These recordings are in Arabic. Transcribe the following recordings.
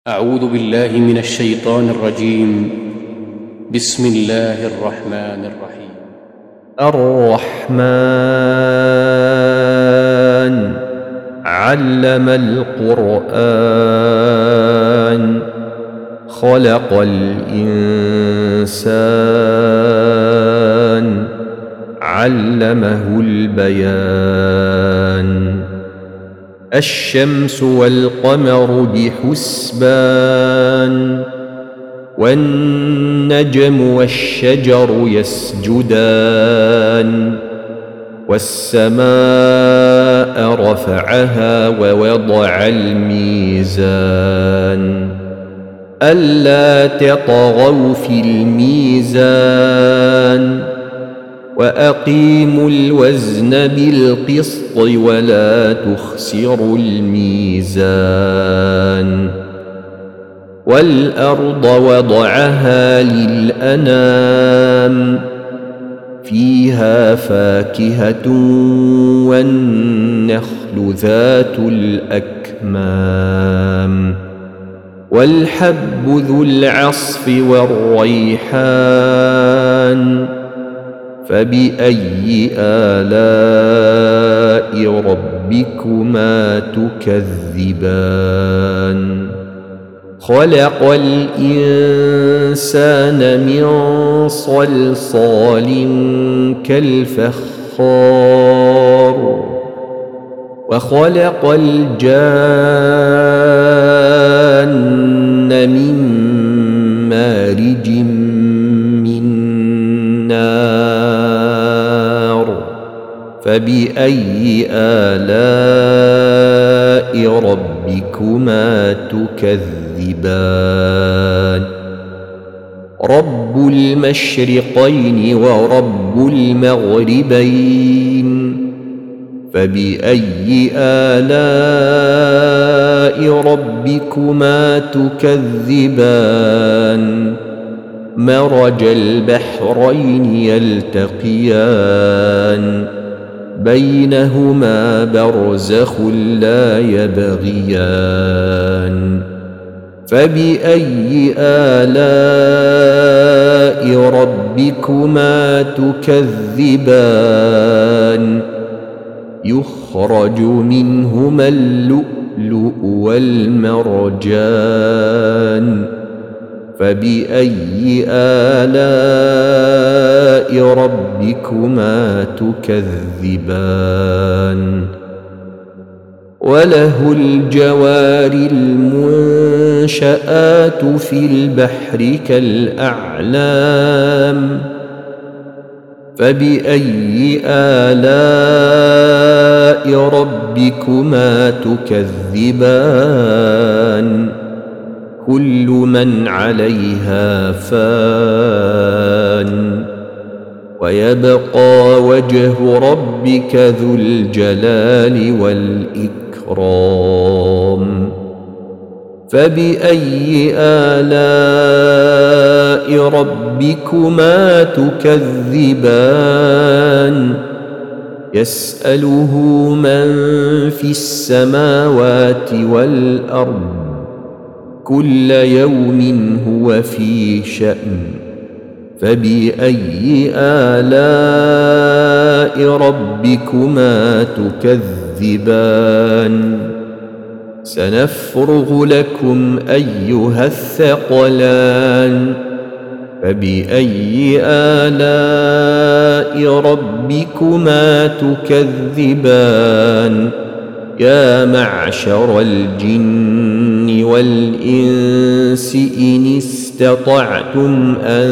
أعوذ بالله من الشيطان الرجيم. بسم الله الرحمن الرحيم. الرحمن علم القرآن خلق الإنسان علمه البيان الشمس والقمر بحسبان والنجم والشجر يسجدان والسماء رفعها ووضع الميزان ألا تطغوا في الميزان وأقيموا الوزن بالقسط ولا تخسروا الميزان والأرض وضعها للأنام فيها فاكهة والنخل ذات الأكمام والحب ذو العصف والريحان فبأي آلاء ربكما تكذبان خلق الإنسان من صلصال كالفخار وخلق الجان من مارج من نار فبأي آلاء ربكما تكذبان رب المشرقين ورب المغربين فبأي آلاء ربكما تكذبان مرج البحرين يلتقيان بينهما برزخ لا يبغيان فبأي آلاء ربكما تكذبان يخرج منهما اللؤلؤ والمرجان فبأي آلاء ربكما تكذبان وله الجوار المنشآت في البحر كالأعلام فبأي آلاء ربكما تكذبان كل من عليها فان ويبقى وجه ربك ذو الجلال والإكرام فبأي آلاء ربكما تكذبان يسأله من في السماوات والأرض كل يوم هو في شأن فبأي آلاء ربكما تكذبان سنفرغ لكم أيها الثقلان فبأي آلاء ربكما تكذبان يا معشر الجن والإنس إن استطعتم أن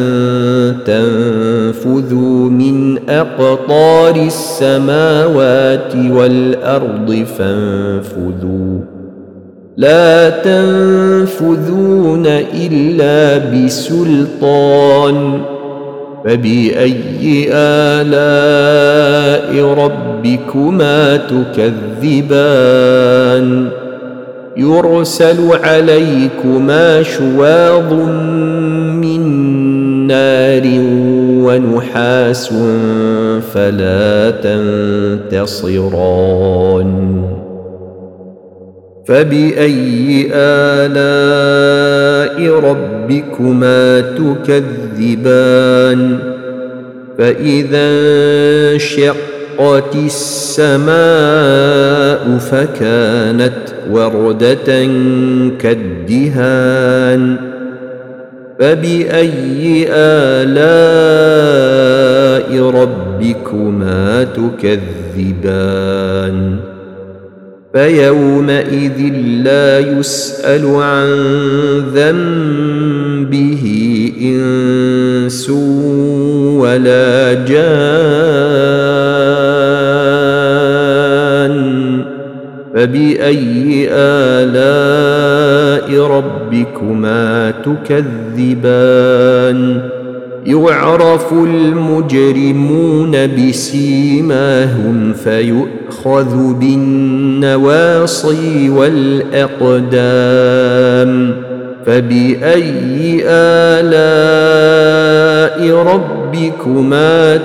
تنفذوا من أقطار السماوات والأرض فانفذوا لا تنفذون إلا بسلطان فبأي آلاء ربكما تكذبان يرسل عليكما شواظ من نار ونحاس فلا تنتصران فبأي آلاء ربكما تكذبان فإذا انشقت السماء فكانت وردة كالدهان فبأي آلاء ربكما تكذبان فيومئذ لا يسأل عن ذنبه إنس ولا جان فبأي آلاء ربكما تكذبان يعرف المجرمون بسيماهم فيؤخذ بالنواصي والأقدام فبأي آلاء ربكما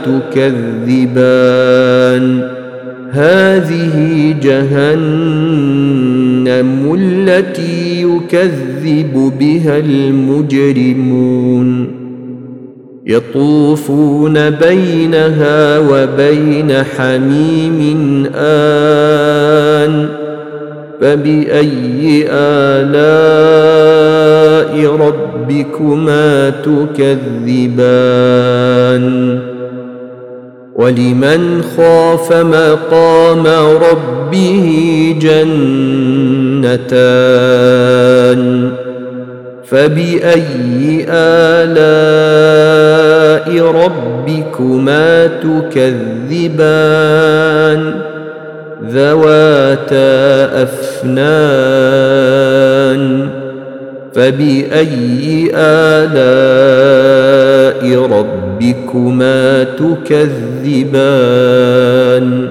تكذبان هذه جهنم التي يكذب بها المجرمون يطوفون بينها وبين حميم آن فبأي آلاء ربكما تكذبان ولمن خاف مقام ربه جنتان فبأي آلاء ربكما تكذبان ذواتا أفنان فبأي آلاء ربكما تكذبان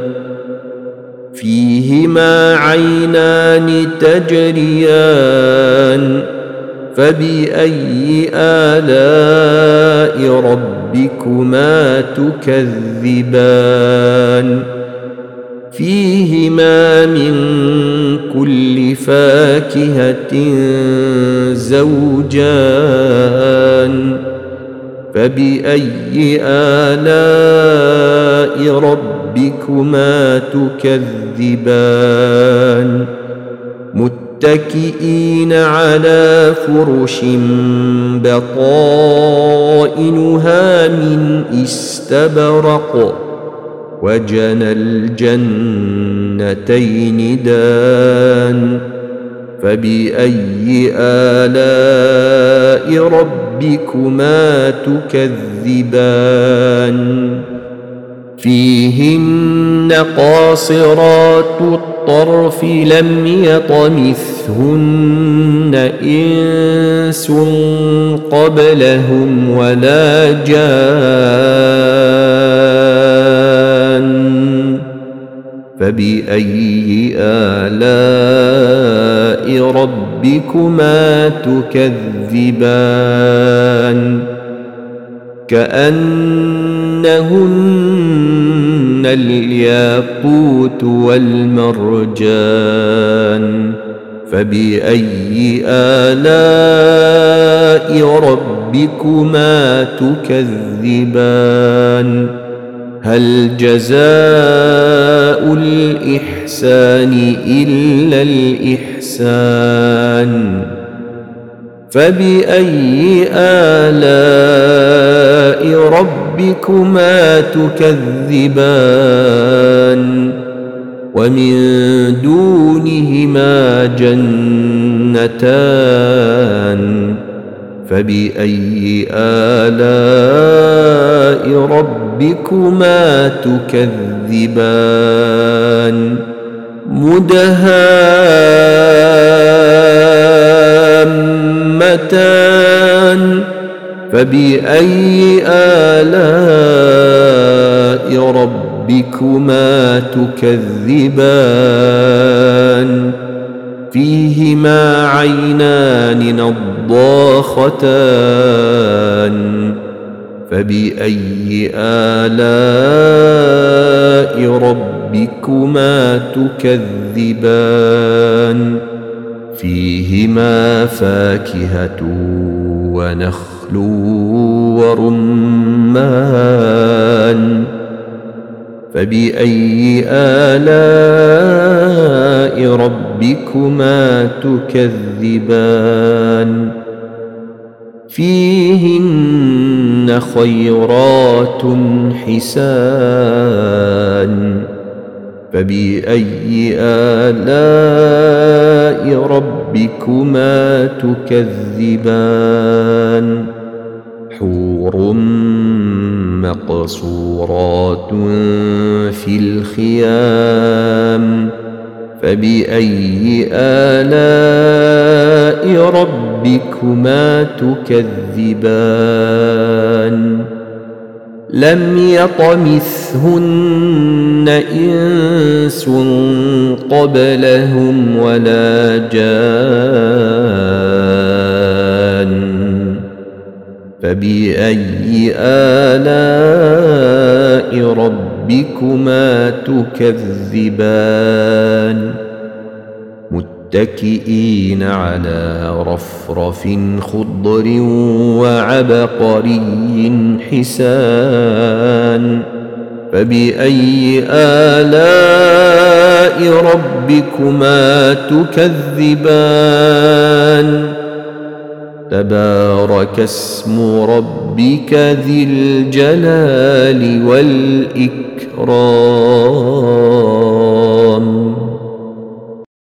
فيهما عينان تجريان فبأي آلاء ربكما تكذبان فيهما من كل فاكهة زوجان فبأي آلاء ربكما تكذبان متكئين على فرش بطائنها من استبرق وجنى الجنتين دان فبأي آلاء ربكما تكذبان فيهن قاصرات الطرف لم يطمثهن إنس قبلهم ولا جان فبأي آلاء ربكما تكذبان كأنهن الياقوت والمرجان فبأي آلاء ربكما تكذبان هل جزاء الإحسان إلا الإحسان فبأي آلاء ربكما تكذبان ومن دونهما جنتان فبأي آلاء ربكما تكذبان مدهامتان فبأي آلاء ربكما تكذبان فيهما عينان نضاختان فبأي آلاء ربكما تكذبان فيهما فاكهة ونخل ورمان فبأي آلاء ربكما تكذبان فيهن خيرات حسان فبأي آلاء ربكما تكذبان حور مقصورات في الخيام فبأي آلاء ربكما تكذبان لم يطمثهن إنس قبلهم ولا جان فبأي آلاء ربكما تكذبان متكئين على رفرف خضر وعبقري حسان فبأي آلاء ربكما تكذبان تبارك اسم ربك ذي الجلال والإكرام